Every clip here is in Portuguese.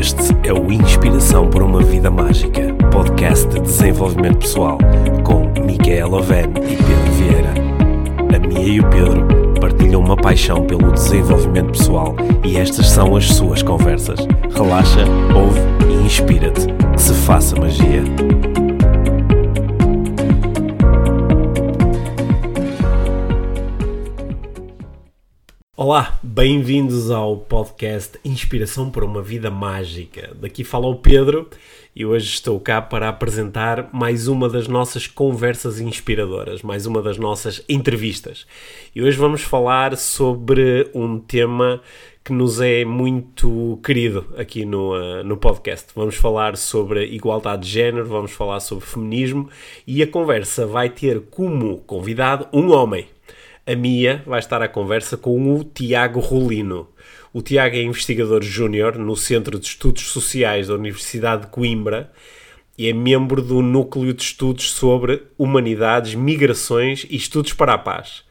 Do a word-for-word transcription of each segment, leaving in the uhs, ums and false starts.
Este é o Inspiração por uma Vida Mágica, podcast de desenvolvimento pessoal, com Micaela Oven e Pedro Vieira. A Mia e o Pedro partilham uma paixão pelo desenvolvimento pessoal e estas são as suas conversas. Relaxa, ouve e inspira-te. Que se faça magia. Olá, bem-vindos ao podcast Inspiração por uma Vida Mágica. Daqui fala o Pedro e hoje estou cá para apresentar mais uma das nossas conversas inspiradoras, mais uma das nossas entrevistas. E hoje vamos falar sobre um tema que nos é muito querido aqui no, uh, no podcast. Vamos falar sobre igualdade de género, vamos falar sobre feminismo e a conversa vai ter como convidado um homem. A Mia vai estar à conversa com o Tiago Rolino. O Tiago é investigador júnior no Centro de Estudos Sociais da Universidade de Coimbra e é membro do Núcleo de Estudos sobre Humanidades, Migrações e Estudos para a Paz.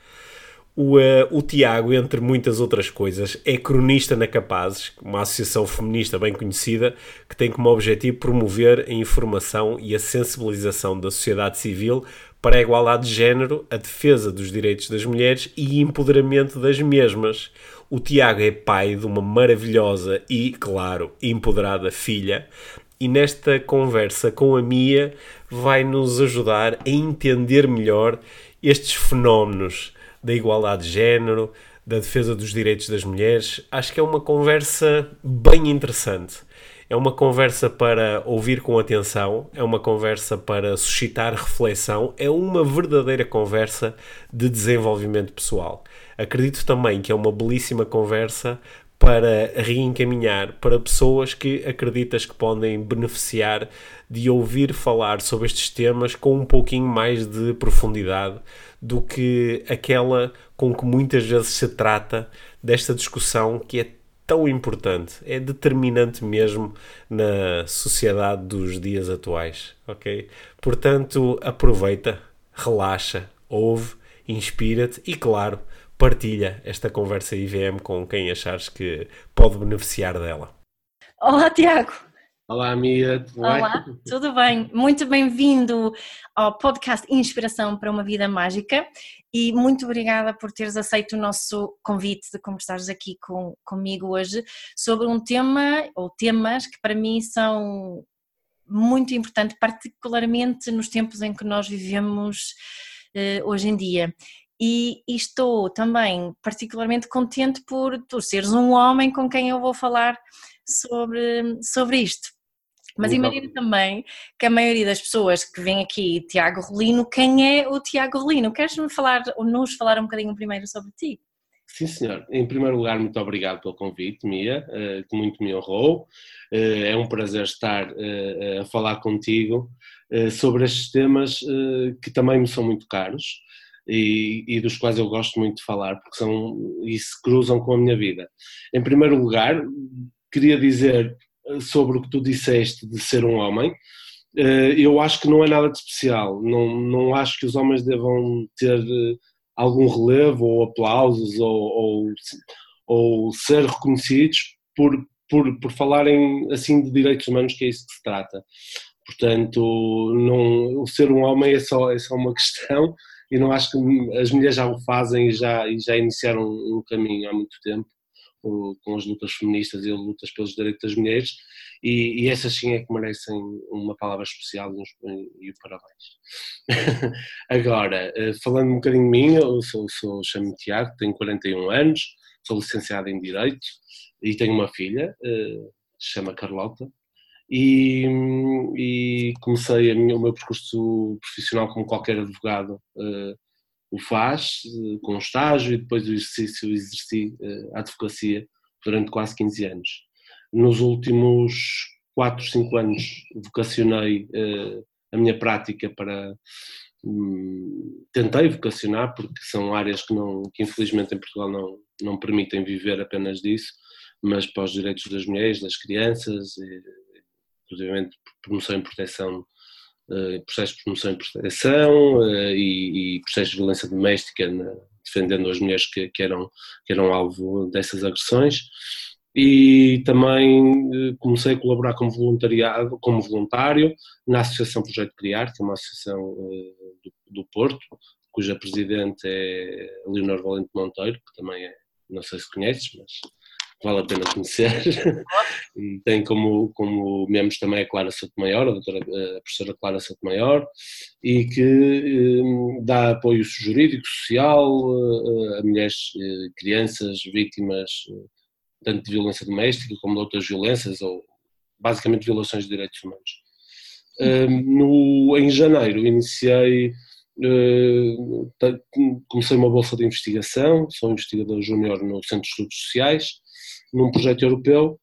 O, uh, o Tiago, entre muitas outras coisas, é cronista na Capazes, uma associação feminista bem conhecida que tem como objetivo promover a informação e a sensibilização da sociedade civil para a igualdade de género, a defesa dos direitos das mulheres e empoderamento das mesmas. O Tiago é pai de uma maravilhosa e, claro, empoderada filha e nesta conversa com a Mia vai nos ajudar a entender melhor estes fenómenos da igualdade de género, da defesa dos direitos das mulheres. Acho que é uma conversa bem interessante. É uma conversa para ouvir com atenção, é uma conversa para suscitar reflexão, é uma verdadeira conversa de desenvolvimento pessoal. Acredito também que é uma belíssima conversa para reencaminhar para pessoas que acreditas que podem beneficiar de ouvir falar sobre estes temas com um pouquinho mais de profundidade do que aquela com que muitas vezes se trata desta discussão que é tão importante, é determinante mesmo na sociedade dos dias atuais, ok? Portanto, aproveita, relaxa, ouve, inspira-te e, claro, partilha esta conversa I V M com quem achares que pode beneficiar dela. Olá, Tiago! Olá, Mia, tudo bem? Olá, tudo bem? Muito bem-vindo ao podcast Inspiração para uma Vida Mágica e muito obrigada por teres aceito o nosso convite de conversares aqui com, comigo hoje sobre um tema ou temas que para mim são muito importantes, particularmente nos tempos em que nós vivemos eh, hoje em dia. E, e estou também particularmente contente por tu seres um homem com quem eu vou falar sobre, sobre isto. Mas imagina também que a maioria das pessoas que vêm aqui, Tiago Rolino, quem é o Tiago Rolino? Queres-me falar, ou nos falar um bocadinho primeiro sobre ti? Sim, senhor. Em primeiro lugar, muito obrigado pelo convite, Mia, que muito me honrou. É um prazer estar a falar contigo sobre estes temas que também me são muito caros e, e dos quais eu gosto muito de falar, porque são e se cruzam com a minha vida. Em primeiro lugar, queria dizer sobre o que tu disseste de ser um homem. Eu acho que não é nada de especial, não, não acho que os homens devam ter algum relevo ou aplausos ou, ou, ou ser reconhecidos por, por, por falarem assim de direitos humanos, que é isso que se trata. Portanto, não, o ser um homem é só, é só uma questão e não acho que as mulheres já o fazem e já, e já iniciaram um caminho há muito tempo com as lutas feministas e as lutas pelos direitos das mulheres, e, e essas sim é que merecem uma palavra especial e, e o parabéns. Agora, falando um bocadinho de mim, eu sou, sou chamo-me Tiago, tenho quarenta e um anos, sou licenciado em Direito e tenho uma filha, se chama Carlota, e, e comecei a minha, o meu percurso profissional como qualquer advogado o faz, com um estágio, e depois o exercício, exerci a advocacia durante quase quinze anos. Nos últimos quatro, cinco anos vocacionei uh, a minha prática para... Um, tentei vocacionar, porque são áreas que, não, que infelizmente em Portugal não, não permitem viver apenas disso, mas para os direitos das mulheres, das crianças, e, inclusive promoção e proteção, Uh, processos de promoção e proteção uh, e, e processos de violência doméstica, né, defendendo as mulheres que, que, eram, que eram alvo dessas agressões. e também comecei a colaborar como voluntariado, como voluntário na Associação Projeto Criar, que é uma associação do, do Porto, cuja presidente é Leonor Valente Monteiro, que também é, não sei se conheces, mas vale a pena conhecer. E tem como, como membros também a Clara Sotomayor, a, doutora, a professora Clara Sotomayor, e que eh, dá apoio jurídico, social eh, a mulheres, eh, crianças, vítimas eh, tanto de violência doméstica como de outras violências, ou basicamente violações de direitos humanos. Eh, no, em janeiro iniciei, eh, comecei uma bolsa de investigação, sou investigador júnior no Centro de Estudos Sociais, num projeto europeu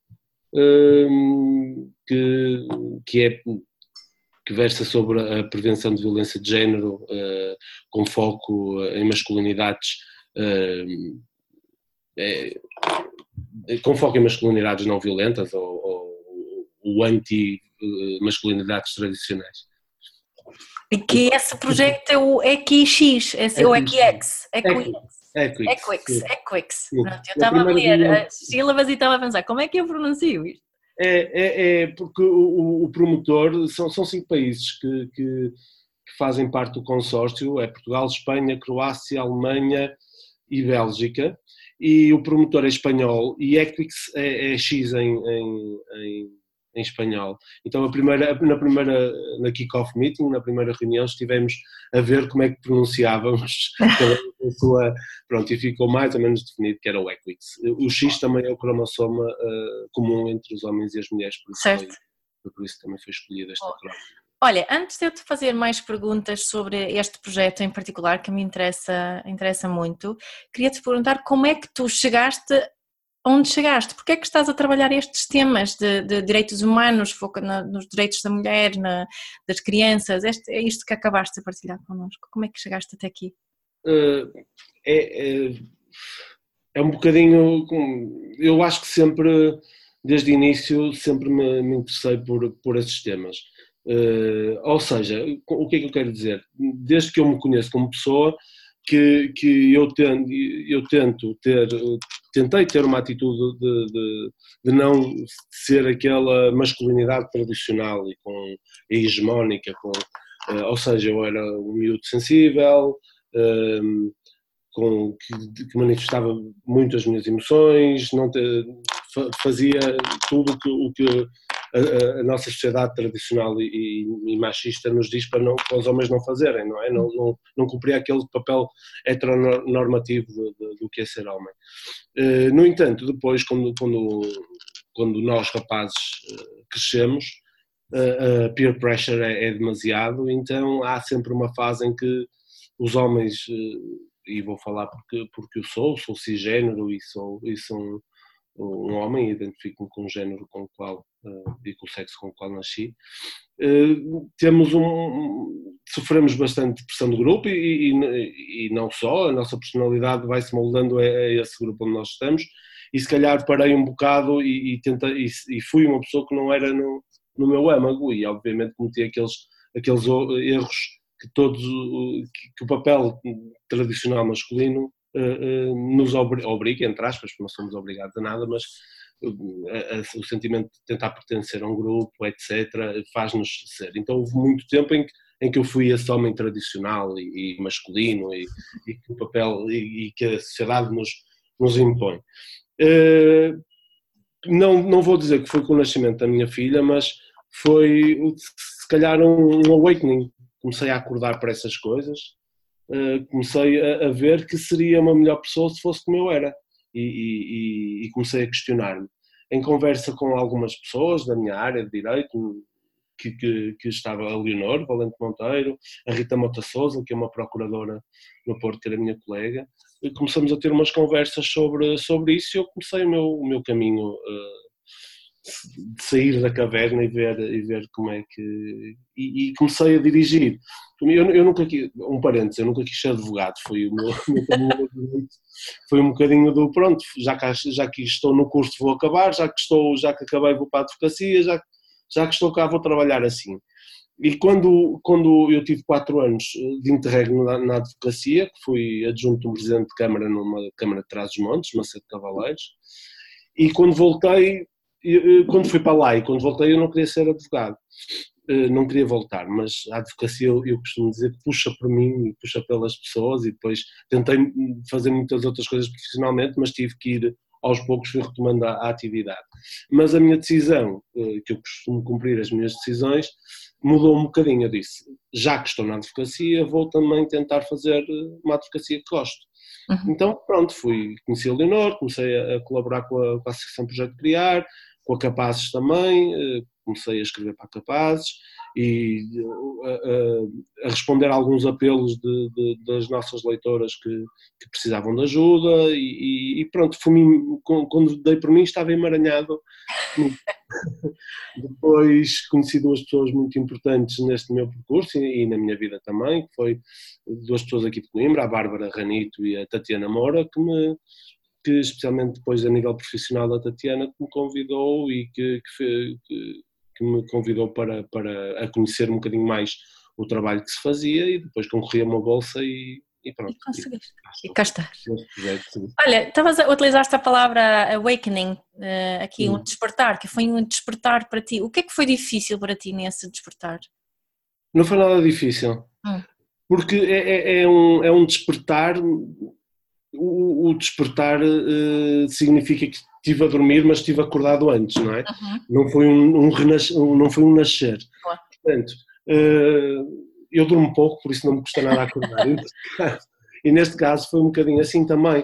que, que, é, que versa sobre a prevenção de violência de género, com foco em masculinidades, é, com foco em masculinidades não violentas ou, ou, ou anti-masculinidades tradicionais. E que esse projeto é o E Q X, esse é o E Q X, Equix. Equix, Equix. Eu estava a ler as sílabas e estava a pensar, como é que eu pronuncio isto? É, é, é porque o, o promotor, são, são cinco países que, que, que fazem parte do consórcio, é Portugal, Espanha, Croácia, Alemanha e Bélgica, e o promotor é espanhol, e Equix é, é X em, em, em, em espanhol. Então a primeira, na primeira, na kick-off meeting, na primeira reunião, estivemos a ver como é que pronunciávamos a sua, pronto, e ficou mais ou menos definido que era o Equix. O X também é o cromossoma uh, comum entre os homens e as mulheres, por isso, certo. Foi, por isso também foi escolhida esta prova. Olha, antes de eu te fazer mais perguntas sobre este projeto em particular, que me interessa, interessa muito, queria-te perguntar como é que tu chegaste onde chegaste, porque é que estás a trabalhar estes temas de, de direitos humanos, foca na, nos direitos da mulher, na, das crianças, este, é isto que acabaste de partilhar connosco, como é que chegaste até aqui? Uh, é, é, é um bocadinho, eu acho que sempre, desde o início, sempre me, me interessei por, por esses temas. Uh, ou seja, o que é que eu quero dizer? Desde que eu me conheço como pessoa, que, que eu, tento, eu tento ter, tentei ter uma atitude de, de, de não ser aquela masculinidade tradicional e com, hegemónica, com, uh, ou seja, eu era um miúdo sensível, um, com, que, que manifestava muito as minhas emoções, não te, fazia tudo o que, o que a, a nossa sociedade tradicional e, e machista nos diz para, não, para os homens não fazerem, não é? Não, não, não cumprir aquele papel heteronormativo do, do, do que é ser homem. Uh, no entanto, depois, quando, quando, quando nós rapazes uh, crescemos, uh, uh, peer pressure é, é demasiado, então há sempre uma fase em que os homens, uh, e vou falar porque, porque eu sou, sou cisgênero e sou, e sou um, um homem, identifico-me com o género com o qual, uh, e com o sexo com o qual nasci, uh, temos um, sofremos bastante pressão do grupo e, e, e não só, a nossa personalidade vai se moldando a, a esse grupo onde nós estamos, e se calhar parei um bocado e, e, tenta, e, e fui uma pessoa que não era no, no meu âmago, e obviamente cometi aqueles, aqueles erros que todos, que, que o papel tradicional masculino uh, uh, nos obriga, entre aspas, porque não somos obrigados a nada, mas uh, a, a, o sentimento de tentar pertencer a um grupo, etcétera, faz-nos ser. Então houve muito tempo em que, em que eu fui esse homem tradicional e, e masculino e, e que o papel e, e que a sociedade nos, nos impõe. Uh, não, não vou dizer que foi com o nascimento da minha filha, mas foi se calhar um, um awakening. Comecei a acordar para essas coisas, uh, comecei a, a ver que seria uma melhor pessoa se fosse como eu era, e, e, e comecei a questionar-me. Em conversa com algumas pessoas da minha área de direito, que, que, que estava a Leonor Valente Monteiro, a Rita Mota Sousa, que é uma procuradora no Porto, que era minha colega, e começamos a ter umas conversas sobre, sobre isso, e eu comecei o meu, o meu caminho uh, de sair da caverna e ver, e ver como é que... E, e comecei a dirigir. Eu, eu nunca quis, um parênteses, eu nunca quis ser advogado, foi o meu, o meu caminho foi um bocadinho do pronto, já que, já que estou no curso vou acabar, já que, estou, já que acabei vou para a advocacia, já, já que estou cá vou trabalhar assim. E quando, quando eu tive quatro anos de interregno na, na advocacia, que fui adjunto de um presidente de Câmara numa Câmara de Trás-os-Montes, Macedo Cavaleiros, e quando voltei, quando fui para lá e quando voltei eu não queria ser advogado, não queria voltar, mas a advocacia eu, eu costumo dizer que puxa por mim e puxa pelas pessoas, e depois tentei fazer muitas outras coisas profissionalmente, mas tive que ir aos poucos, fui retomando a, a atividade. Mas a minha decisão, que eu costumo cumprir as minhas decisões, mudou um bocadinho. Eu disse, já que estou na advocacia, vou também tentar fazer uma advocacia que gosto. Uhum. Então, pronto, fui, conheci a Leonor, comecei a, a colaborar com a, com a Associação Projeto Criar, com a Capazes também, comecei a escrever para a Capazes e a, a, a responder a alguns apelos de, de, das nossas leitoras que, que precisavam de ajuda e, e pronto, fui, quando dei por mim estava emaranhado. Depois conheci duas pessoas muito importantes neste meu percurso e, e na minha vida também, que foi duas pessoas aqui de Coimbra, a Bárbara Ranito e a Tatiana Moura, que me que especialmente depois a nível profissional da Tatiana, que me convidou e que, que, que, que me convidou para, para a conhecer um bocadinho mais o trabalho que se fazia, e depois concorri a uma bolsa e, e pronto. E conseguiste. E cá estás. Olha, estavas a utilizaste a palavra awakening, uh, aqui hum. um despertar, que foi um despertar para ti. O que é que foi difícil para ti nesse despertar? Não foi nada difícil, hum. porque é, é, é, um, é um despertar... O, o despertar uh, significa que estive a dormir, mas estive acordado antes, não é? Uhum. Não foi um, um, renasc... não foi um nascer. Uhum. Portanto, uh, eu durmo pouco, por isso não me custa nada acordar. E neste caso foi um bocadinho assim também.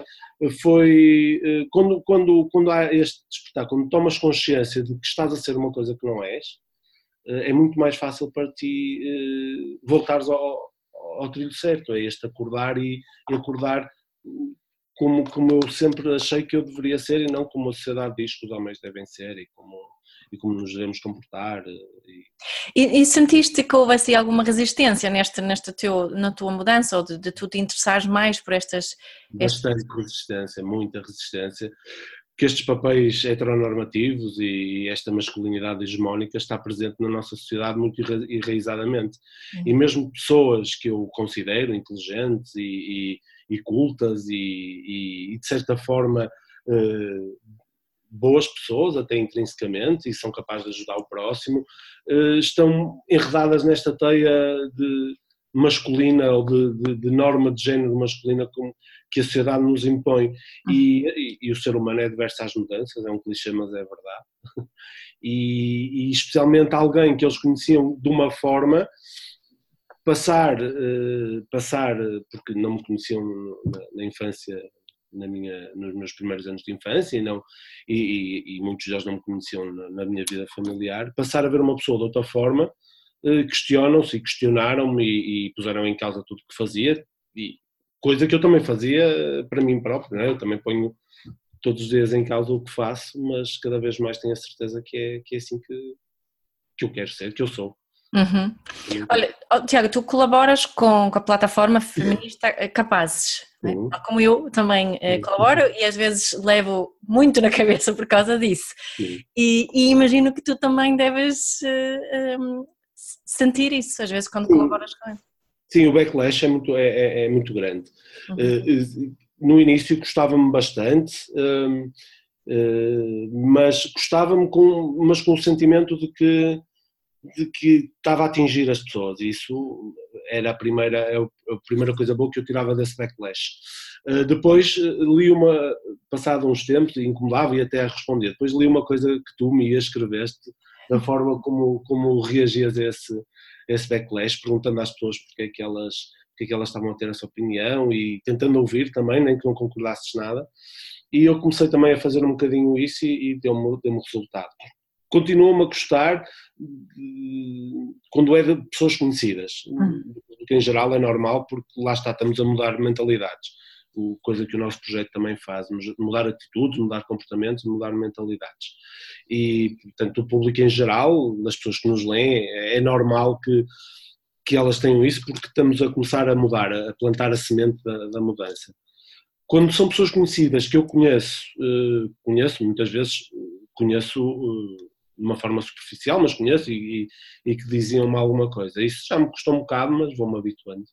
Foi uh, quando, quando, quando há este despertar, quando tomas consciência de que estás a ser uma coisa que não és, uh, é muito mais fácil para ti uh, voltares ao, ao trilho certo. É este acordar e, e acordar Como, como eu sempre achei que eu deveria ser e não como a sociedade diz que os homens devem ser e como, e como nos devemos comportar. E... E, e sentiste que houve assim, alguma resistência neste, neste teu, na tua mudança, ou de, de tu te interessares mais por estas... Bastante estas... resistência, muita resistência, que estes papéis heteronormativos e esta masculinidade hegemónica está presente na nossa sociedade muito enraizadamente. Uhum. E mesmo pessoas que eu considero inteligentes e, e e cultas e, e, e de certa forma eh, boas pessoas até intrinsecamente e são capazes de ajudar o próximo, eh, estão enredadas nesta teia de masculina ou de, de, de norma de género masculina como, que a sociedade nos impõe e, e, e o ser humano é diverso às mudanças, é um clichê mas é verdade e, e especialmente alguém que eles conheciam de uma forma Passar, uh, passar, porque não me conheciam na, na infância, na minha, nos meus primeiros anos de infância, e, não, e, e, e muitos deles não me conheciam na, na minha vida familiar, passar a ver uma pessoa de outra forma, uh, questionam-se e questionaram-me e, e puseram em causa tudo o que fazia, e coisa que eu também fazia para mim próprio, não é? Eu também ponho todos os dias em causa o que faço, mas cada vez mais tenho a certeza que é, que é assim que, que eu quero ser, que eu sou. Uhum. Olha, Tiago, tu colaboras com, com a plataforma feminista Capazes, uhum. né? Como eu também eh, colaboro e às vezes levo muito na cabeça por causa disso. E, e imagino que tu também deves uh, um, sentir isso às vezes quando Sim. colaboras com ele. Sim, o backlash é muito, é, é, é muito grande. Uhum. Uh, no início gostava-me bastante, uh, uh, mas gostava-me com, mas com o sentimento de que de que estava a atingir as pessoas, e isso era a primeira, a primeira coisa boa que eu tirava desse backlash. Uh, depois li uma, passado uns tempos, e incomodava e até a responder, depois li uma coisa que tu me escreveste, da forma como, como reagias a esse, a esse backlash, perguntando às pessoas porque é que elas, porque é que elas estavam a ter essa opinião e tentando ouvir também, nem que não concordasses nada, e eu comecei também a fazer um bocadinho isso e, e deu-me, deu-me resultado. Continua-me a gostar quando é de pessoas conhecidas, que em geral é normal porque lá está, estamos a mudar mentalidades, coisa que o nosso projeto também faz, mudar atitudes, mudar comportamentos, mudar mentalidades. E, portanto, o público em geral, as pessoas que nos leem, é normal que, que elas tenham isso porque estamos a começar a mudar, a plantar a semente da, da mudança. Quando são pessoas conhecidas que eu conheço, conheço muitas vezes, conheço de uma forma superficial, mas conheço e, e, e que diziam-me alguma coisa. Isso já me custou um bocado, mas vou-me habituando.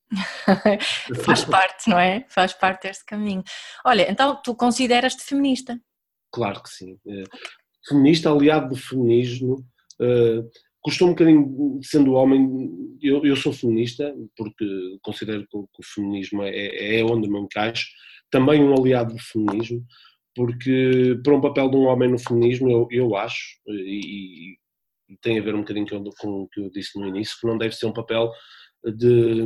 Faz parte, não é? Faz parte deste caminho. Olha, então tu consideras-te feminista? claro que sim. Feminista, aliado do feminismo, custou um bocadinho, sendo homem, eu, eu sou feminista, porque considero que o, que o feminismo é, é onde me encaixo, também um aliado do feminismo, porque para um papel de um homem no feminismo, eu, eu acho, e, e tem a ver um bocadinho com, com o que eu disse no início, que não deve ser um papel de,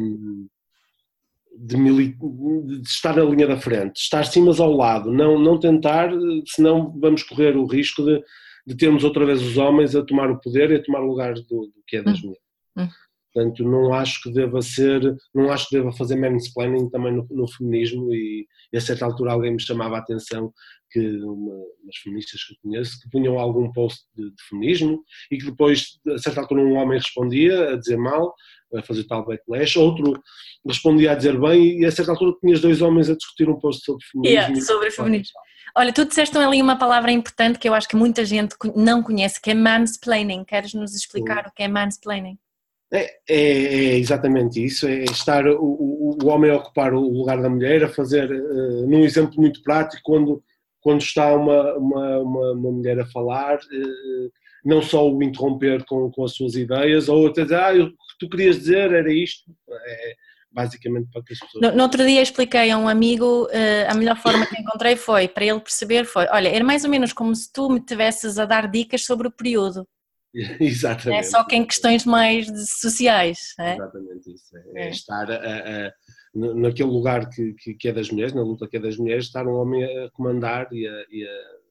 de, mili, de estar na linha da frente, estar sim mas ao lado, não, não tentar, senão vamos correr o risco de de termos outra vez os homens a tomar o poder e a tomar o lugar do, do que é das mulheres. Hum. Portanto, não acho que deva ser, não acho que deva fazer mansplaining também no, no feminismo e, e a certa altura alguém me chamava a atenção que uma, umas feministas que eu conheço que punham algum post de, de feminismo e que depois, a certa altura, um homem respondia a dizer mal, a fazer tal backlash, outro respondia a dizer bem e a certa altura tinhas dois homens a discutir um post sobre feminismo. Yeah, sobre feminismo. Olha, tu disseste ali uma palavra importante que eu acho que muita gente não conhece, que é mansplaining. Queres nos explicar o que é mansplaining? É, é, é exatamente isso, é estar o, o, o homem a ocupar o lugar da mulher, a fazer, uh, num exemplo muito prático, quando, quando está uma, uma, uma, uma mulher a falar, uh, não só o interromper com, com as suas ideias, ou até dizer, ah, o que tu querias dizer era isto, é, basicamente para que as pessoas... No, no outro dia expliquei a um amigo, uh, a melhor forma que encontrei foi, para ele perceber, foi, olha, era mais ou menos como se tu me tivesses a dar dicas sobre o período. Exatamente. É só que em questões mais sociais. É? Exatamente isso, é, é estar a, a, naquele lugar que, que, que é das mulheres, na luta que é das mulheres, estar um homem a comandar e a... E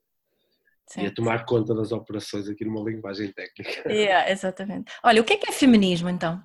a E a tomar conta das operações aqui numa linguagem técnica. Yeah, exatamente. Olha, o que é que é feminismo então?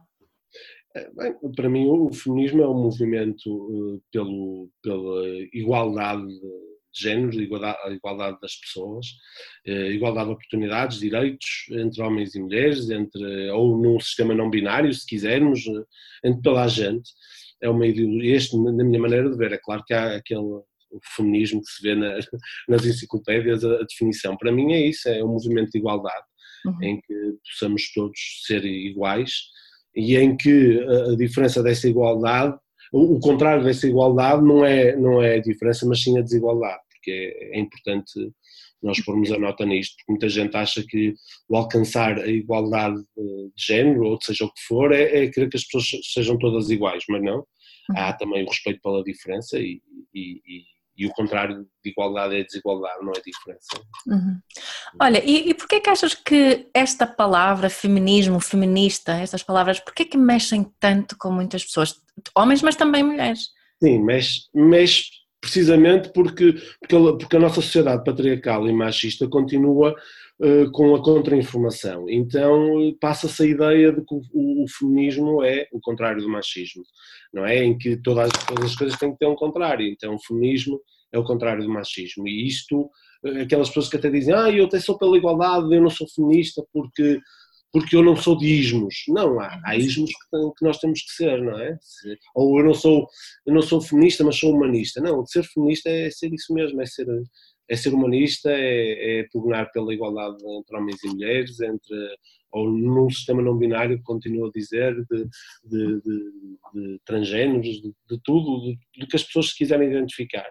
Bem, para mim o feminismo é um movimento uh, pelo, pela igualdade de géneros, igualdade, a igualdade das pessoas, uh, igualdade de oportunidades, direitos entre homens e mulheres, entre, ou num sistema não binário, se quisermos, uh, entre toda a gente. É uma ideologia, este, na minha maneira de ver, é claro que há aquele o feminismo que se vê na, nas enciclopédias, a, a definição. Para mim é isso, é um movimento de igualdade, uhum. em que possamos todos ser iguais e em que a, a diferença dessa igualdade, o, o contrário dessa igualdade não é, não é a diferença, mas sim a desigualdade, porque é, é importante nós pormos a nota nisto, porque muita gente acha que o alcançar a igualdade de género, ou seja o que for, é, é querer que as pessoas sejam todas iguais, mas não. Há também o respeito pela diferença e, e, e, e o contrário de igualdade é desigualdade, não é diferença. Uhum. Olha, e, e porquê é que achas que esta palavra feminismo, feminista, estas palavras, porquê é que mexem tanto com muitas pessoas? Homens, mas também mulheres. Sim, mexe, mexe precisamente porque, porque, porque a nossa sociedade patriarcal e machista continua uh, com a contra-informação. Então passa-se a ideia de que o, o, o feminismo é o contrário do machismo, não é? Em que todas, todas as coisas têm que ter um contrário. Então o feminismo é o contrário do machismo. E isto, aquelas pessoas que até dizem, ah, eu até sou pela igualdade, eu não sou feminista porque... porque eu não sou de ismos. Não, há, há ismos que, tem, que nós temos que ser, não é? Ou eu não sou, eu não sou feminista, mas sou humanista. Não, ser feminista é ser isso mesmo, é ser, é ser humanista, é, é pugnar pela igualdade entre homens e mulheres, entre, ou num sistema não binário, que continuo a dizer, de, de, de, de transgéneros, de, de tudo, de, de que as pessoas se quiserem identificar.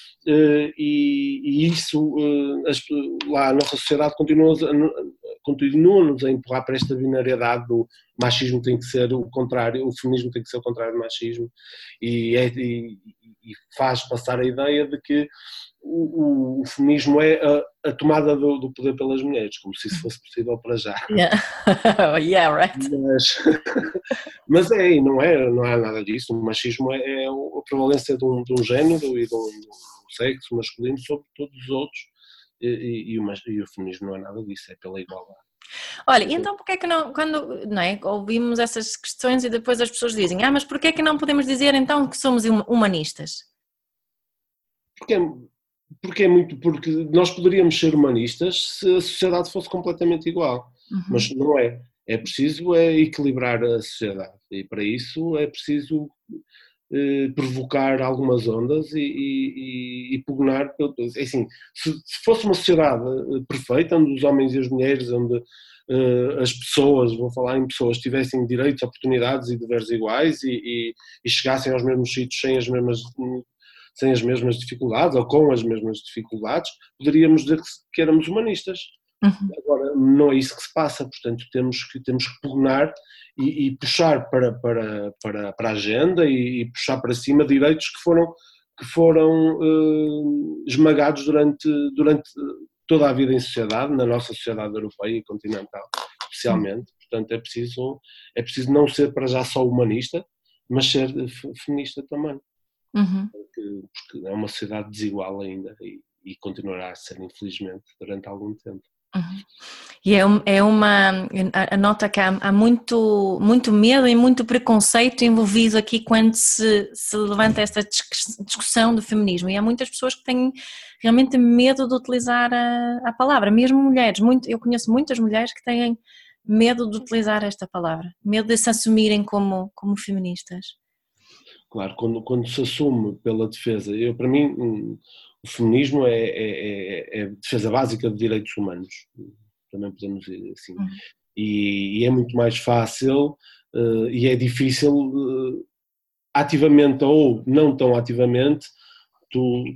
Uh, e, e isso, uh, as, lá a nossa sociedade continua, continua-nos a empurrar para esta binariedade do machismo tem que ser o contrário, o feminismo tem que ser o contrário do machismo, e, é, e, e faz passar a ideia de que o, o feminismo é a, a tomada do, do poder pelas mulheres, como se isso fosse possível para já. Yeah, yeah right. Mas, mas é, e não é, não há nada disso. O machismo é, é a prevalência de um, de um género e de um, de um sexo masculino sobre todos os outros, e, e, e, o, e o feminismo não é nada disso, é pela igualdade. Olha, e então porquê é que não, quando não é, ouvimos essas questões e depois as pessoas dizem, ah, mas porquê é que não podemos dizer então que somos humanistas? Porque é, porque é muito, porque nós poderíamos ser humanistas se a sociedade fosse completamente igual, uhum. mas não é. É preciso é equilibrar a sociedade e para isso é preciso eh, provocar algumas ondas e, e, e pugnar. Assim, se, se fosse uma sociedade perfeita, onde os homens e as mulheres, onde eh, as pessoas, vou falar em pessoas, tivessem direitos, oportunidades e deveres iguais e, e, e chegassem aos mesmos sítios sem as mesmas, sem as mesmas dificuldades ou com as mesmas dificuldades, poderíamos dizer que, que éramos humanistas. Uhum. Agora, não é isso que se passa, portanto temos que, temos que pugnar e, e puxar para, para, para, para a agenda e, e puxar para cima direitos que foram, que foram uh, esmagados durante, durante toda a vida em sociedade, na nossa sociedade europeia e continental, especialmente. Portanto, é preciso, é preciso não ser para já só humanista, mas ser feminista também. Uhum. Porque, porque é uma sociedade desigual ainda e, e continuará a ser, infelizmente, durante algum tempo. Uhum. E é, um, é uma, a nota que há, há muito, muito medo e muito preconceito envolvido aqui quando se, se levanta esta discussão do feminismo, e há muitas pessoas que têm realmente medo de utilizar a, a palavra, mesmo mulheres, muito, eu conheço muitas mulheres que têm medo de utilizar esta palavra, medo de se assumirem como, como feministas. Claro, quando, quando se assume pela defesa, eu, para mim o feminismo é, é, é a defesa básica de direitos humanos, também podemos dizer assim, uhum. e, e é muito mais fácil uh, e é difícil uh, ativamente ou não tão ativamente tu,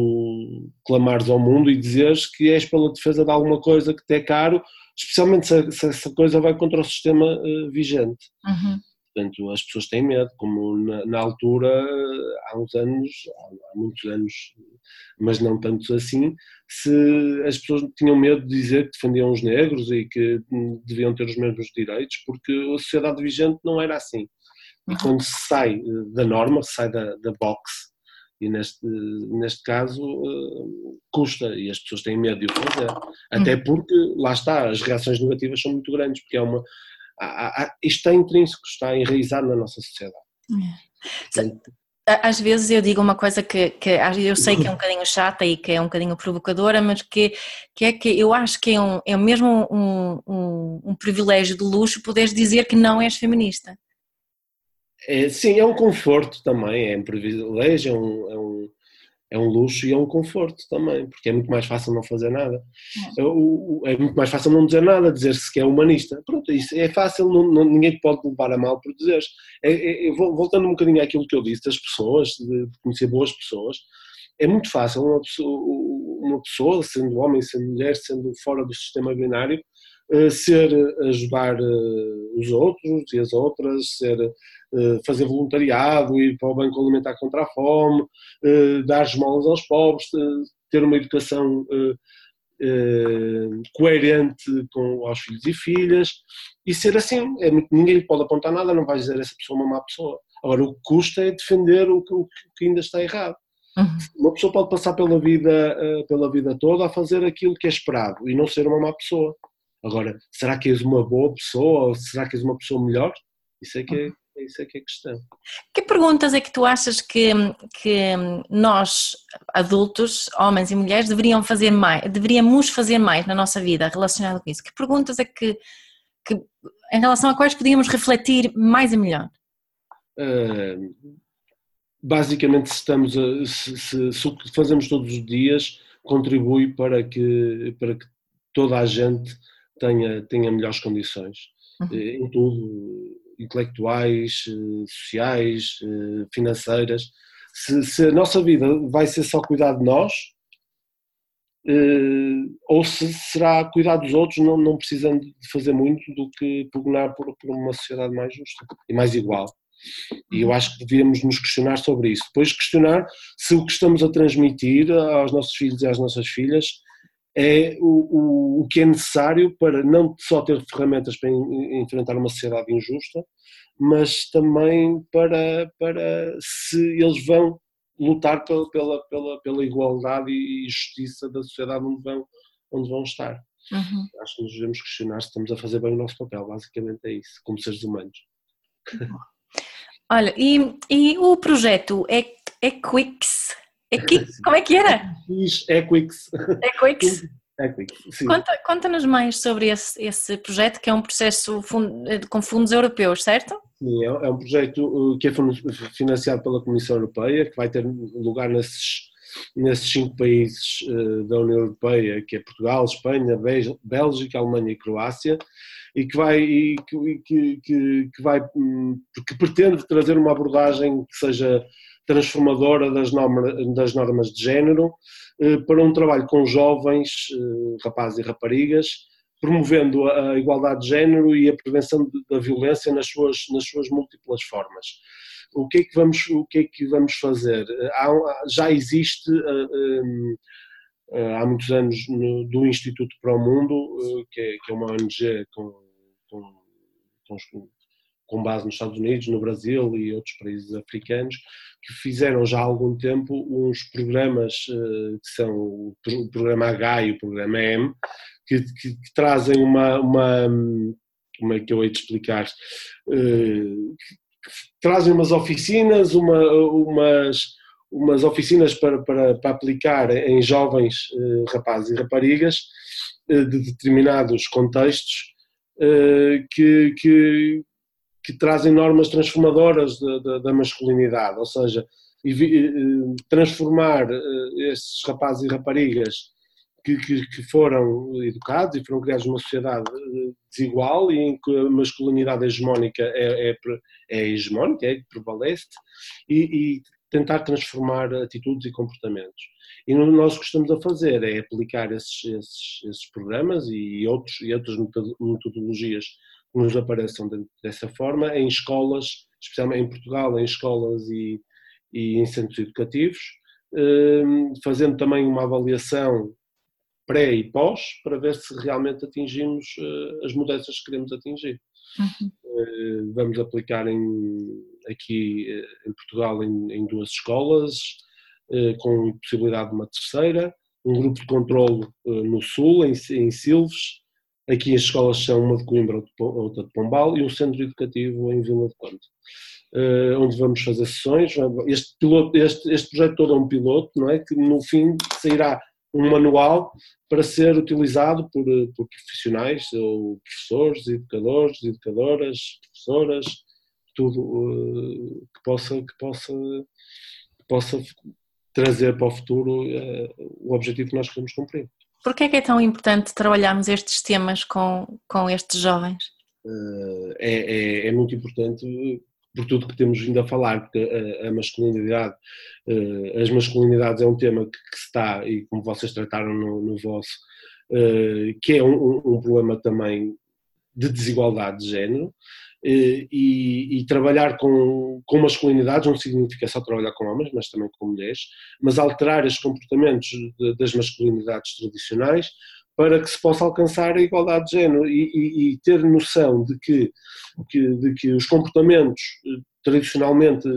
tu clamares ao mundo e dizeres que és pela defesa de alguma coisa que te é caro, especialmente se, se essa coisa vai contra o sistema uh, vigente. Uhum. Portanto, as pessoas têm medo, como na, na altura, há uns anos, há muitos anos, mas não tantos assim, se as pessoas tinham medo de dizer que defendiam os negros e que deviam ter os mesmos direitos, porque a sociedade vigente não era assim. E quando se sai da norma, se sai da, da box, e neste, neste caso custa, e as pessoas têm medo de o fazer. Até porque, lá está, as reações negativas são muito grandes, porque é uma... Há, há, isto está intrínseco, está enraizado na nossa sociedade. Portanto, às vezes eu digo uma coisa que, que eu sei que é um bocadinho chata e que é um bocadinho provocadora, mas que, que é que eu acho que é, um, é mesmo um, um, um privilégio de luxo poderes dizer que não és feminista. É, sim, é um conforto também, é um privilégio, é um, é um, é um luxo e é um conforto também, porque é muito mais fácil não fazer nada. É, é muito mais fácil não dizer nada, dizer-se que é humanista. Pronto, isso é fácil, não, não, ninguém pode levar a mal por dizeres. É, é, voltando um bocadinho àquilo que eu disse, das pessoas, de conhecer boas pessoas, é muito fácil uma pessoa, uma pessoa, sendo homem, sendo mulher, sendo fora do sistema binário, ser ajudar os outros e as outras, ser, fazer voluntariado, ir para o banco alimentar contra a fome, dar esmolas aos pobres, ter uma educação coerente com aos filhos e filhas, e ser assim, é, ninguém lhe pode apontar nada, não vai dizer essa pessoa é uma má pessoa. Agora, o que custa é defender o que, o que ainda está errado. Uhum. Uma pessoa pode passar pela vida, pela vida toda a fazer aquilo que é esperado e não ser uma má pessoa. Agora, será que és uma boa pessoa ou será que és uma pessoa melhor? Isso é que é, isso é, que é questão. Que perguntas é que tu achas que, que nós, adultos, homens e mulheres, deveriam fazer mais, deveríamos fazer mais na nossa vida relacionado com isso? Que perguntas é que, que em relação a quais podíamos refletir mais e melhor? Uh, basicamente, se, estamos a, se, se, se o que fazemos todos os dias contribui para que, para que toda a gente tenha, tenha melhores condições, uhum. em tudo, intelectuais, sociais, financeiras. Se, se a nossa vida vai ser só cuidar de nós, ou se será cuidar dos outros, não, não precisando de fazer muito do que pugnar por, por uma sociedade mais justa e mais igual. E eu acho que devíamos nos questionar sobre isso. Depois questionar se o que estamos a transmitir aos nossos filhos e às nossas filhas é o, o, o que é necessário para não só ter ferramentas para enfrentar uma sociedade injusta, mas também para, para se eles vão lutar pela, pela, pela, pela igualdade e justiça da sociedade onde vão, onde vão estar. Uhum. Acho que nos devemos questionar se estamos a fazer bem o nosso papel, basicamente é isso, como seres humanos. Olha, e, e o projeto Equix? Equix? Como é que era? Equix. Equix. Equix, Conta, conta-nos mais sobre esse, esse projeto, que é um processo fund, com fundos europeus, certo? Sim, é um projeto que é financiado pela Comissão Europeia, que vai ter lugar nesses, nesses cinco países da União Europeia, que é Portugal, Espanha, Bélgica, Alemanha e Croácia, e que vai, e que, que, que, que vai, que pretende trazer uma abordagem que seja transformadora das, norma, das normas de género, para um trabalho com jovens, rapazes e raparigas, promovendo a igualdade de género e a prevenção da violência nas suas, nas suas múltiplas formas. O que é que vamos, o que é que vamos fazer? Há, já existe há muitos anos no, do Instituto para o Mundo, que é, que é uma O N G com, com, com, com base nos Estados Unidos, no Brasil e outros países africanos, que fizeram já há algum tempo uns programas que são o programa H e o programa M, que, que, que trazem uma, uma, como é que eu hei de explicar, que trazem umas oficinas, uma, umas, umas oficinas para, para, para aplicar em jovens rapazes e raparigas de determinados contextos que, que que trazem normas transformadoras da, da, da masculinidade, ou seja, transformar esses rapazes e raparigas que, que, que foram educados e foram criados numa sociedade desigual e em que a masculinidade hegemónica é, é, é hegemónica, é que prevalece, e, e tentar transformar atitudes e comportamentos. E nós o que estamos a fazer é aplicar esses, esses, esses programas e, outros, e outras metodologias que nos apareçam dessa forma em escolas, especialmente em Portugal, em escolas e, e em centros educativos, fazendo também uma avaliação pré e pós para ver se realmente atingimos as mudanças que queremos atingir. Uhum. Vamos aplicar em, aqui em Portugal em, em duas escolas, com possibilidade de uma terceira, um grupo de controlo no Sul, em, em Silves. Aqui as escolas são uma de Coimbra, outra de Pombal, e um centro educativo em Vila de Conde, uh, onde vamos fazer sessões. Este, piloto, este, este projeto todo é um piloto, não é? Que no fim sairá um manual para ser utilizado por, por profissionais, ou professores, educadores, educadoras, professoras, tudo uh, que, possa, que, possa, que possa trazer para o futuro uh, o objetivo que nós queremos cumprir. Porquê é que é tão importante trabalharmos estes temas com, com estes jovens? É, é, é muito importante por tudo que temos vindo a falar, porque a, a masculinidade, as masculinidades é um tema que, que está, e como vocês trataram no, no vosso, que é um, um problema também de desigualdade de género, e, e trabalhar com, com masculinidades não significa só trabalhar com homens, mas também com mulheres, mas alterar os comportamentos de, das masculinidades tradicionais para que se possa alcançar a igualdade de género e, e, e ter noção de que, que, de que os comportamentos tradicionalmente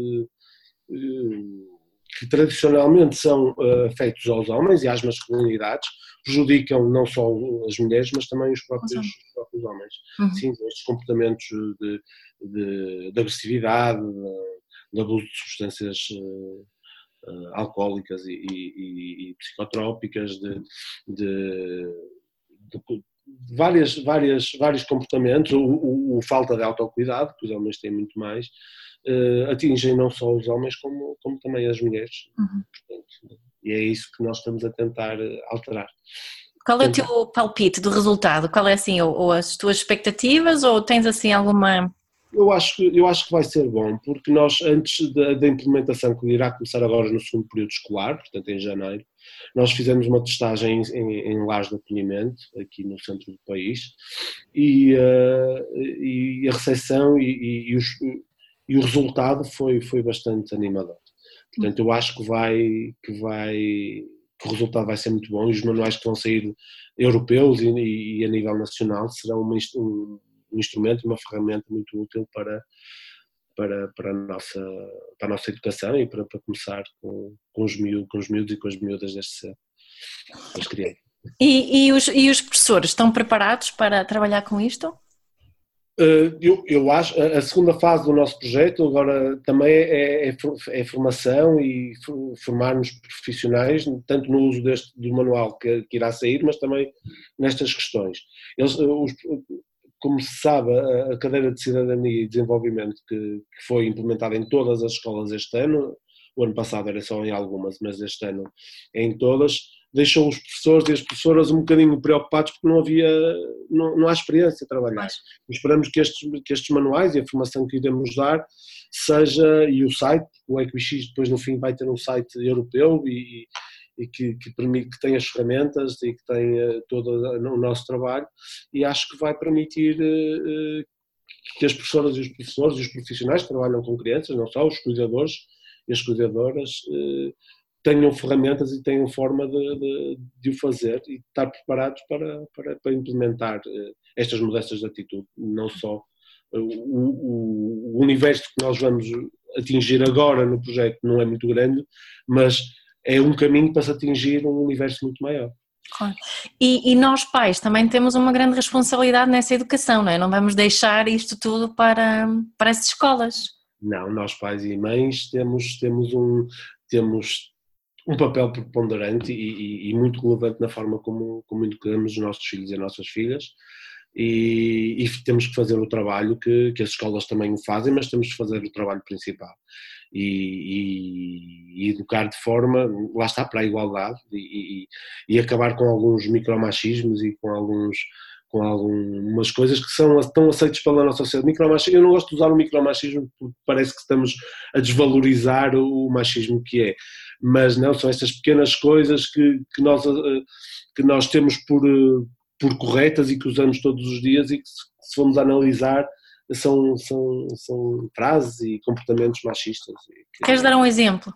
que tradicionalmente são afeitos aos homens e às masculinidades prejudicam não só as mulheres, mas também os próprios, os próprios homens. Uhum. Sim, estes comportamentos de, de, de agressividade, de, de abuso de substâncias uh, alcoólicas e, e, e psicotrópicas, de, de, de, de várias, várias, vários comportamentos, o, o, o falta de autocuidado, que os homens têm muito mais, uh, atingem não só os homens como, como também as mulheres. Uhum. Portanto, e é isso que nós estamos a tentar alterar. Qual é o teu palpite do resultado? Qual é assim, ou, ou as tuas expectativas, ou tens assim alguma... Eu acho que, eu acho que vai ser bom, porque nós antes da, da implementação, que irá começar agora no segundo período escolar, portanto em janeiro, nós fizemos uma testagem em, em, em lares de acolhimento, aqui no centro do país, e, uh, e a recepção e, e, e, os, e o resultado foi, foi bastante animador. Portanto, eu acho que vai, que vai, que o resultado vai ser muito bom e os manuais que vão sair europeus e, e a nível nacional serão uma, um, um instrumento, uma ferramenta muito útil para, para, para, a, nossa, para a nossa educação e para, para começar com, com, os miúdos, com os miúdos e com as miúdas desde cedo, as crianças. E, e, os, e os professores estão preparados para trabalhar com isto? Eu, eu acho, a segunda fase do nosso projeto agora também é, é, é formação e formar-nos profissionais, tanto no uso deste, do manual que, que irá sair, mas também nestas questões. Eles, os, como se sabe, a cadeira de cidadania e desenvolvimento que, que foi implementada em todas as escolas este ano, o ano passado era só em algumas, mas este ano é em todas, deixou os professores e as professoras um bocadinho preocupados porque não havia, não, não há experiência a trabalhar. Mas esperamos que estes, que estes manuais e a formação que iremos dar seja, e o site, o Equix depois no fim vai ter um site europeu e, e que, que permite, que tenha as ferramentas e que tenha todo o nosso trabalho, e acho que vai permitir uh, que as professoras e os professores e os profissionais que trabalham com crianças, não só os cuidadores e as cuidadoras, uh, tenham ferramentas e tenham forma de, de, de o fazer e estar preparados para, para, para implementar uh, estas mudanças de atitude, não só uh, o, o universo que nós vamos atingir agora no projeto não é muito grande, mas é um caminho para se atingir um universo muito maior. Claro. E, e nós pais também temos uma grande responsabilidade nessa educação, não é? Não vamos deixar isto tudo para, para as escolas. Não, nós pais e mães temos, temos, um, temos um papel preponderante e, e, e muito relevante na forma como, como educamos os nossos filhos e as nossas filhas, e, e temos que fazer o trabalho que, que as escolas também o fazem, mas temos que fazer o trabalho principal. E, e, e educar de forma, lá está, para a igualdade e, e, e acabar com alguns micromachismos e com alguns com algumas coisas que são tão aceitas pela nossa sociedade. Micromachismo, eu não gosto de usar o micromachismo porque parece que estamos a desvalorizar o machismo que é, mas não, são estas pequenas coisas que, que, nós, que nós temos por, por corretas e que usamos todos os dias e que se formos analisar São, são, são frases e comportamentos machistas. Queres dar um exemplo?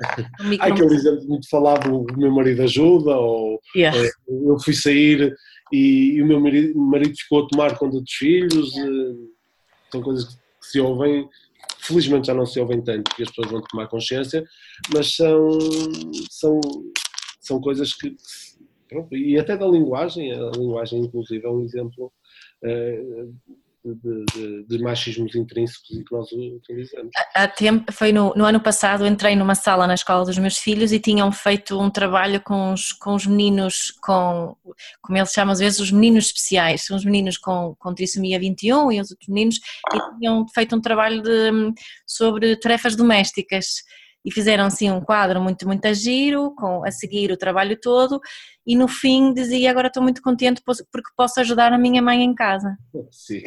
Um Há aquele exemplo muito falado, o meu marido ajuda, ou yeah. eu fui sair e, e o meu marido, marido ficou a tomar conta dos filhos, yeah. São coisas que se ouvem, felizmente já não se ouvem tanto, porque as pessoas vão tomar consciência, mas são, são, são coisas que, pronto, e até da linguagem, a linguagem inclusive é um exemplo uh, De, de, de machismos intrínsecos e que nós utilizamos. Há tempo, foi no, no ano passado, entrei numa sala na escola dos meus filhos e tinham feito um trabalho com os, com os meninos, com, como eles chamam às vezes, os meninos especiais, são os meninos com, com trissomia vinte e um e os outros meninos, e tinham feito um trabalho de, sobre tarefas domésticas. E fizeram assim um quadro muito, muito a giro, com, a seguir o trabalho todo, e no fim dizia: agora estou muito contente porque posso ajudar a minha mãe em casa. Sim,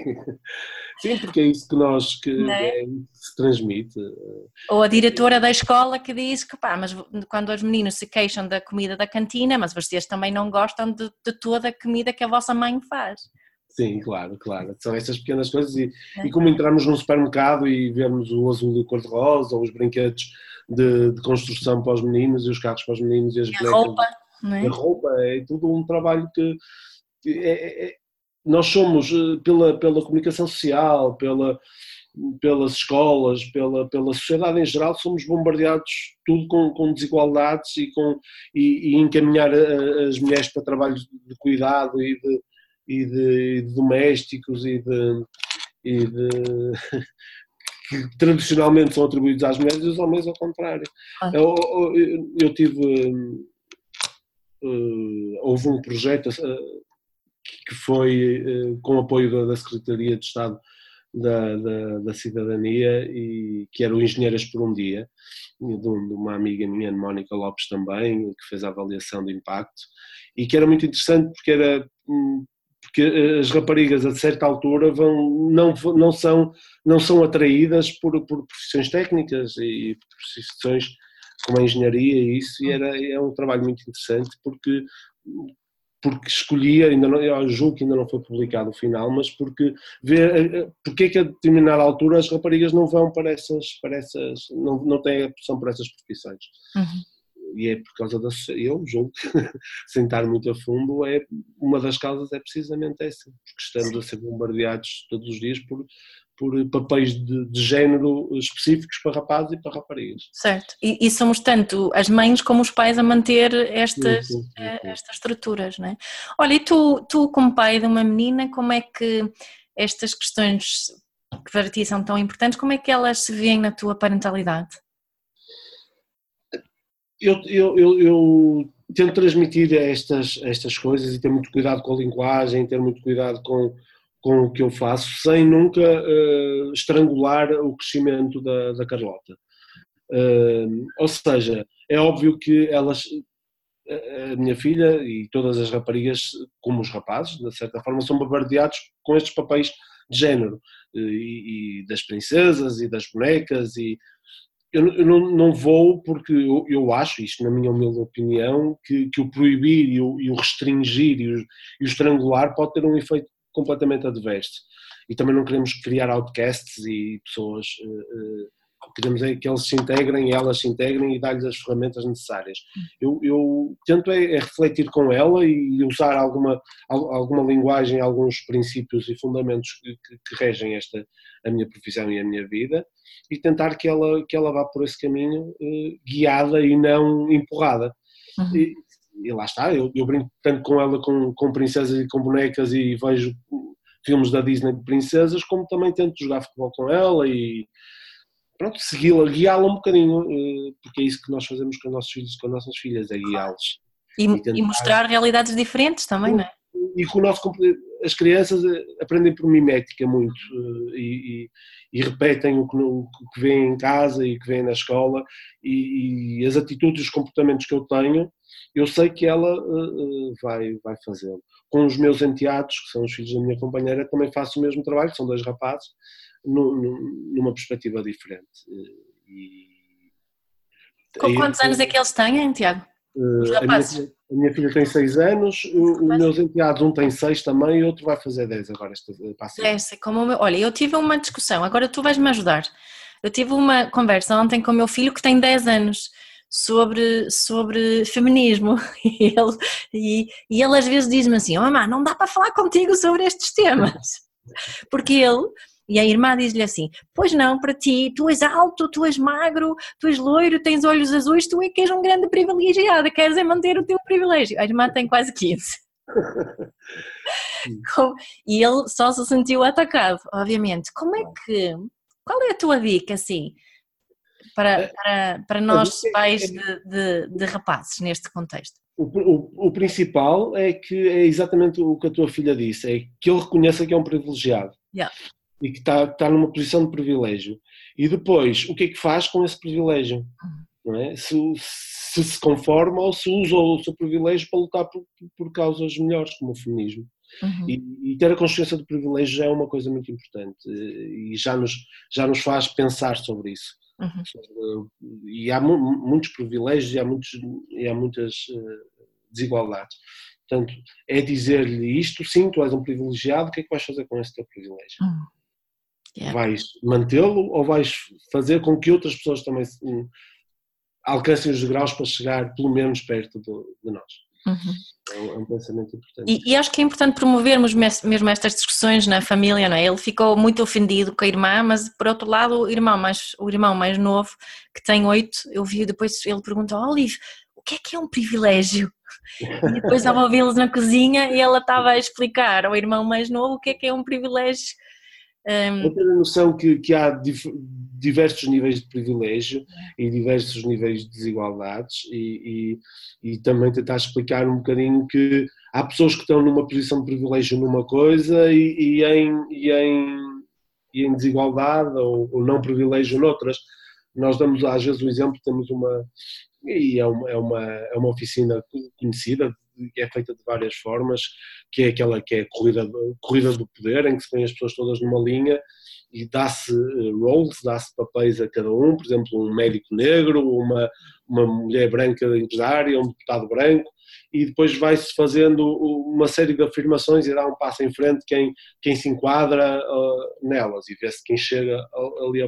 Sim, porque é isso que nós, que, é? É, que se transmite. Ou a diretora da escola que diz que pá, mas quando os meninos se queixam da comida da cantina, mas vocês também não gostam de, de toda a comida que a vossa mãe faz. Sim, claro, claro. São essas pequenas coisas e, é. e como entrarmos num supermercado e vermos o azul e o cor-de-rosa ou os brinquedos de, de construção para os meninos e os carros para os meninos e as e a roupa, não é? A roupa, é tudo um trabalho que, que é, é, nós somos, pela, pela comunicação social, pela, pelas escolas, pela, pela sociedade em geral, somos bombardeados tudo com, com desigualdades e, com, e, e encaminhar as mulheres para trabalhos de cuidado e de E de, e de domésticos e de, e de que tradicionalmente são atribuídos às mulheres e os homens ao contrário. Ah. Eu, eu, eu tive, uh, houve um projeto uh, que foi uh, com apoio da, da Secretaria de Estado da, da, da Cidadania, e que era o Engenheiras por um Dia, de uma amiga minha, Mónica Lopes também, que fez a avaliação de impacto, e que era muito interessante porque era... Um, porque as raparigas a certa altura vão, não, não, são, não são atraídas por, por profissões técnicas e profissões como a engenharia e isso, e era, é um trabalho muito interessante porque, porque escolhia, ainda não, eu julgo que ainda não foi publicado o final, mas porque, vê, porque é que a determinada altura as raparigas não vão para essas, para essas não, não têm a opção para essas profissões. Uhum. E é por causa da... eu julgo, sem estar muito a fundo, é, uma das causas é precisamente essa, porque estamos a ser bombardeados todos os dias por, por papéis de, de género específicos para rapazes e para raparigas. Certo, e, e somos tanto as mães como os pais a manter estas, sim, sim, sim, sim. estas estruturas, não é? Olha, e tu, tu como pai de uma menina, como é que estas questões que para ti são tão importantes, como é que elas se veem na tua parentalidade? Eu, eu, eu, eu tento transmitir estas, estas coisas e ter muito cuidado com a linguagem, ter muito cuidado com, com o que eu faço, sem nunca uh, estrangular o crescimento da, da Carlota. Uh, ou seja, é óbvio que elas, a minha filha e todas as raparigas, como os rapazes, de certa forma, são bombardeados com estes papéis de género, e, e das princesas e das bonecas, e eu, eu não, não vou, porque eu, eu acho, isto na minha humilde opinião, que, que o proibir e o, e o restringir e o, e o estrangular pode ter um efeito completamente adverso. E também não queremos criar outcasts e pessoas, uh, uh, queremos é que eles se integrem e elas se integrem e dar-lhes as ferramentas necessárias. Eu, eu tento é, é refletir com ela e usar alguma, alguma linguagem, alguns princípios e fundamentos que, que, que regem esta, a minha profissão e a minha vida, e tentar que ela, que ela vá por esse caminho uh, guiada e não empurrada. Uhum. E, e lá está, eu, eu brinco tanto com ela com, com princesas e com bonecas e vejo filmes da Disney de princesas, como também tento jogar futebol com ela e pronto, segui-la, guiá-la um bocadinho, porque é isso que nós fazemos com os nossos filhos, com as nossas filhas, é guiá-los. E, e, tentar... e mostrar realidades diferentes também, não é? E com o nosso, as crianças aprendem por mimética muito e, e, e repetem o que, o que vêem em casa e o que vêem na escola, e, e as atitudes e os comportamentos que eu tenho, eu sei que ela uh, vai, vai fazê-lo. Com os meus enteados, que são os filhos da minha companheira, também faço o mesmo trabalho, são dois rapazes, no, no, numa perspectiva diferente. E, Com quantos aí, anos é que eles têm, Tiago? Os rapazes? A minha, a minha filha tem seis anos, os meus enteados, um tem seis também e outro vai fazer dez agora. Esta, dez, como o meu, olha, eu tive uma discussão, agora tu vais-me ajudar. Eu tive uma conversa ontem com o meu filho que tem dez anos. Sobre, sobre feminismo e ele, e, e ele às vezes diz-me assim, oh, mamãe, não dá para falar contigo sobre estes temas, porque ele, e a irmã diz-lhe assim, pois não, para ti, tu és alto, tu és magro, tu és loiro, tens olhos azuis, tu é que és um grande privilegiado, queres é manter o teu privilégio. A irmã tem quase quinze. E ele só se sentiu atacado, obviamente. Como é que, qual é a tua dica assim? Para, para, para nós pais de, de, de rapazes neste contexto? O, o, o principal é que é exatamente o que a tua filha disse, é que ele reconheça que é um privilegiado, yeah. E que está, está numa posição de privilégio, e depois o que é que faz com esse privilégio, uhum. Não é? se, se se conforma ou se usa o seu privilégio para lutar por, por causas melhores, como o feminismo. Uhum. E, e ter a consciência do privilégio já é uma coisa muito importante e já nos, já nos faz pensar sobre isso. Uhum. E há mu- muitos privilégios e há, muitos, e há muitas uh, desigualdades. Portanto, é dizer-lhe isto, sim, tu és um privilegiado, o que é que vais fazer com esse teu privilégio? Uhum. Yeah. Vais mantê-lo ou vais fazer com que outras pessoas também um, alcancem os graus para chegar pelo menos perto do, de nós? Uhum. É, um, é um pensamento importante. E, e acho que é importante promovermos mesmo estas discussões na família, não é? Ele ficou muito ofendido com a irmã, mas por outro lado o irmão mais, o irmão mais novo, que tem oito, eu vi depois, ele perguntou, oh, Olive, o que é que é um privilégio? E depois estava a ouvi-los na cozinha e ela estava a explicar ao irmão mais novo o que é que é um privilégio. Um... Eu tenho a noção que, que há dif- diversos níveis de privilégio e diversos níveis de desigualdades e, e, e também tentar explicar um bocadinho que há pessoas que estão numa posição de privilégio numa coisa e, e, em, e, em, e em desigualdade ou, ou não privilégio noutras. Nós damos às vezes o exemplo, temos uma, e é uma, é uma, é uma oficina conhecida, que é feita de várias formas, que é aquela que é a corrida, corrida do poder, em que se põe as pessoas todas numa linha e dá-se roles, dá-se papéis a cada um, por exemplo, um médico negro, uma, uma mulher branca empresária, um deputado branco, e depois vai-se fazendo uma série de afirmações e dá um passo em frente quem, quem se enquadra uh, nelas, e vê-se quem chega ali a,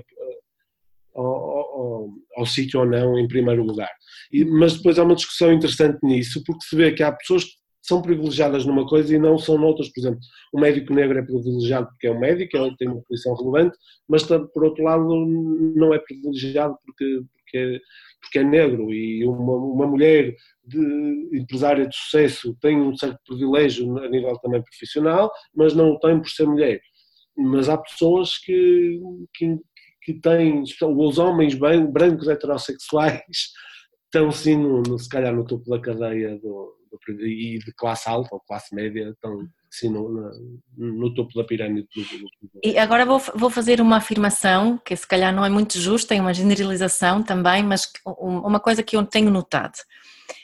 Ao, ao, ao sítio ou não em primeiro lugar. E, mas depois há uma discussão interessante nisso, porque se vê que há pessoas que são privilegiadas numa coisa e não são noutras. Por exemplo, o médico negro é privilegiado porque é um médico, ele tem uma posição relevante, mas por outro lado não é privilegiado porque, porque, é, porque é negro, e uma, uma mulher de empresária de sucesso tem um certo privilégio a nível também profissional, mas não o tem por ser mulher. Mas há pessoas que, que que têm, os homens bem, brancos heterossexuais estão sim, no, no, se calhar no topo da cadeia do, do, e de classe alta ou classe média, estão sim no, no, no topo da pirâmide. Do, do, do... E agora vou, vou fazer uma afirmação, que se calhar não é muito justa, é uma generalização também, mas uma coisa que eu tenho notado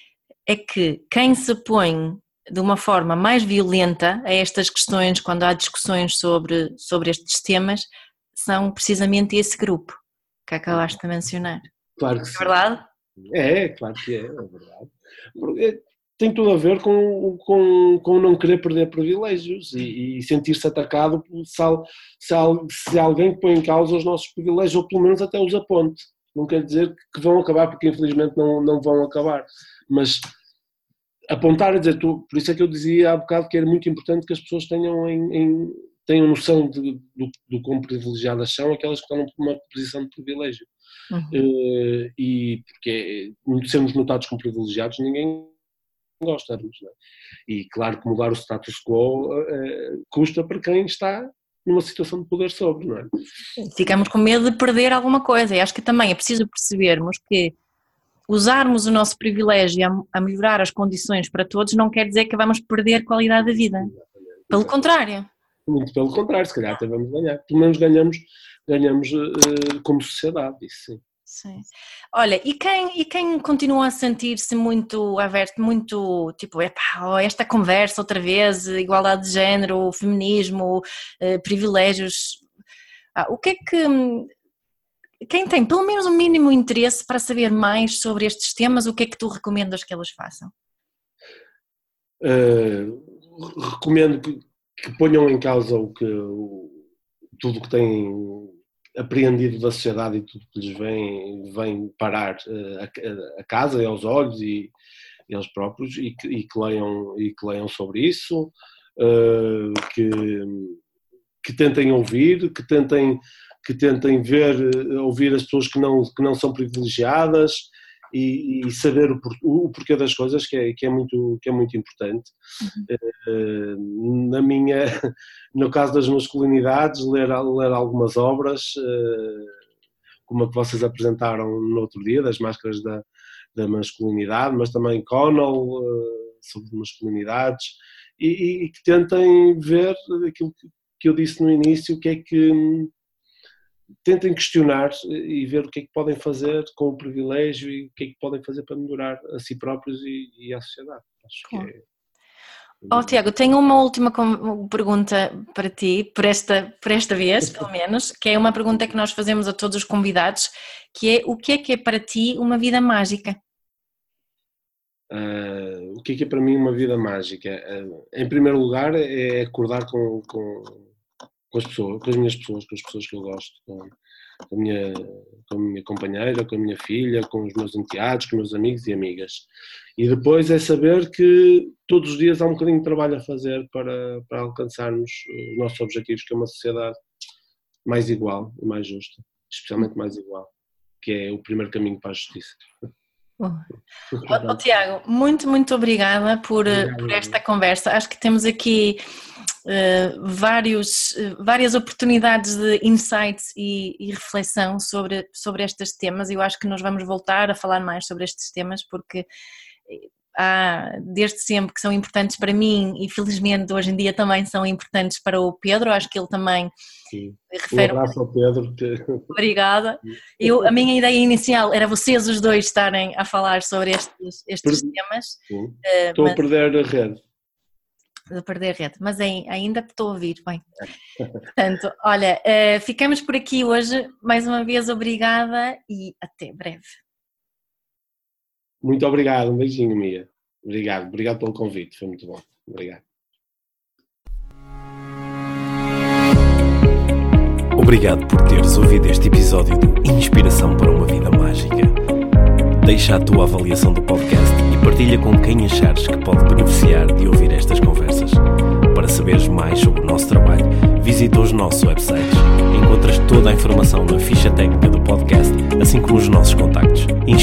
é que quem se põe de uma forma mais violenta a estas questões, quando há discussões sobre, sobre estes temas, são precisamente esse grupo que acabaste de mencionar. Claro que sim. É verdade? É, claro que é, é verdade. Porque tem tudo a ver com, com, com não querer perder privilégios e, e sentir-se atacado se, se, se alguém põe em causa os nossos privilégios, ou pelo menos até os aponte. Não quer dizer que vão acabar, porque infelizmente não, não vão acabar. Mas apontar a dizer, tu, por isso é que eu dizia há bocado que era muito importante que as pessoas tenham, em, em, tenham noção de, do, do quão privilegiadas são aquelas que estão numa posição de privilégio. Uhum. Uh, e porque sermos notados como privilegiados, ninguém gosta, não é? E claro que mudar o status quo uh, custa para quem está numa situação de poder sobre, não é? Ficamos com medo de perder alguma coisa, e acho que também é preciso percebermos que usarmos o nosso privilégio a, a melhorar as condições para todos não quer dizer que vamos perder qualidade da vida. Exatamente. Pelo contrário. Muito pelo contrário, se calhar até vamos ganhar. Pelo menos ganhamos, ganhamos uh, como sociedade, isso sim. Sim. Olha, e quem, e quem continua a sentir-se muito aberto, muito tipo, epá, esta conversa outra vez, igualdade de género, feminismo, eh, privilégios, ah, o que é que, quem tem pelo menos um mínimo interesse para saber mais sobre estes temas, o que é que tu recomendas que elas façam? Uh, recomendo que, que ponham em causa o que, o, tudo o que têm apreendido da sociedade e tudo que lhes vem, vem parar a, a casa e aos olhos e, e eles próprios, e que, e, que leiam, e que leiam sobre isso, uh, que, que tentem ouvir, que tentem, que tentem ver, ouvir as pessoas que não, que não são privilegiadas e, e saber o, por, o porquê das coisas, que é, que é, muito, que é muito importante. Uhum. Uh, na minha, no caso das masculinidades, ler, ler algumas obras, uh, como a que vocês apresentaram no outro dia, das máscaras da, da masculinidade, mas também Connell, uh, sobre masculinidades, e, e que tentem ver aquilo que, que eu disse no início, o que é que tentem questionar e ver o que é que podem fazer com o privilégio e o que é que podem fazer para melhorar a si próprios e, e à sociedade. Acho claro. que é... Oh, Tiago, tenho uma última pergunta para ti, por esta, por esta vez, pelo menos, que é uma pergunta que nós fazemos a todos os convidados, que é: o que é que é para ti uma vida mágica? Uh, o que é que é para mim uma vida mágica? Uh, em primeiro lugar, é acordar com... com com as pessoas, com as minhas pessoas, com as pessoas que eu gosto, com a minha, com a minha companheira, com a minha filha, com os meus enteados, com os meus amigos e amigas. E depois é saber que todos os dias há um bocadinho de trabalho a fazer para, para alcançarmos os nossos objetivos, que é uma sociedade mais igual e mais justa, especialmente mais igual, que é o primeiro caminho para a justiça. Oh. Oh, oh, Tiago, muito, muito obrigada por, por esta conversa. Acho que temos aqui uh, vários, uh, várias oportunidades de insights e, e reflexão sobre, sobre estes temas. Eu acho que nós vamos voltar a falar mais sobre estes temas, porque há, desde sempre, que são importantes para mim e felizmente hoje em dia também são importantes para o Pedro. Acho que ele também Sim. refere... Um abraço ao Pedro. Obrigada. Eu, a minha ideia inicial era vocês os dois estarem a falar sobre estes, estes per... temas. Sim. Uh, estou mas... a perder a rede. A perder a rede, mas ainda estou a ouvir bem. Portanto, olha, uh, ficamos por aqui hoje. Mais uma vez, obrigada e até breve. Muito obrigado, um beijinho, Mia. Obrigado, obrigado pelo convite, foi muito bom. Obrigado. Obrigado por teres ouvido este episódio do Inspiração para uma Vida Mágica. Deixa a tua avaliação do podcast e partilha com quem achares que pode beneficiar de ouvir estas conversas. Para saberes mais sobre o nosso trabalho, visita os nossos websites. Encontras toda a informação na ficha técnica do podcast, assim como os nossos contactos.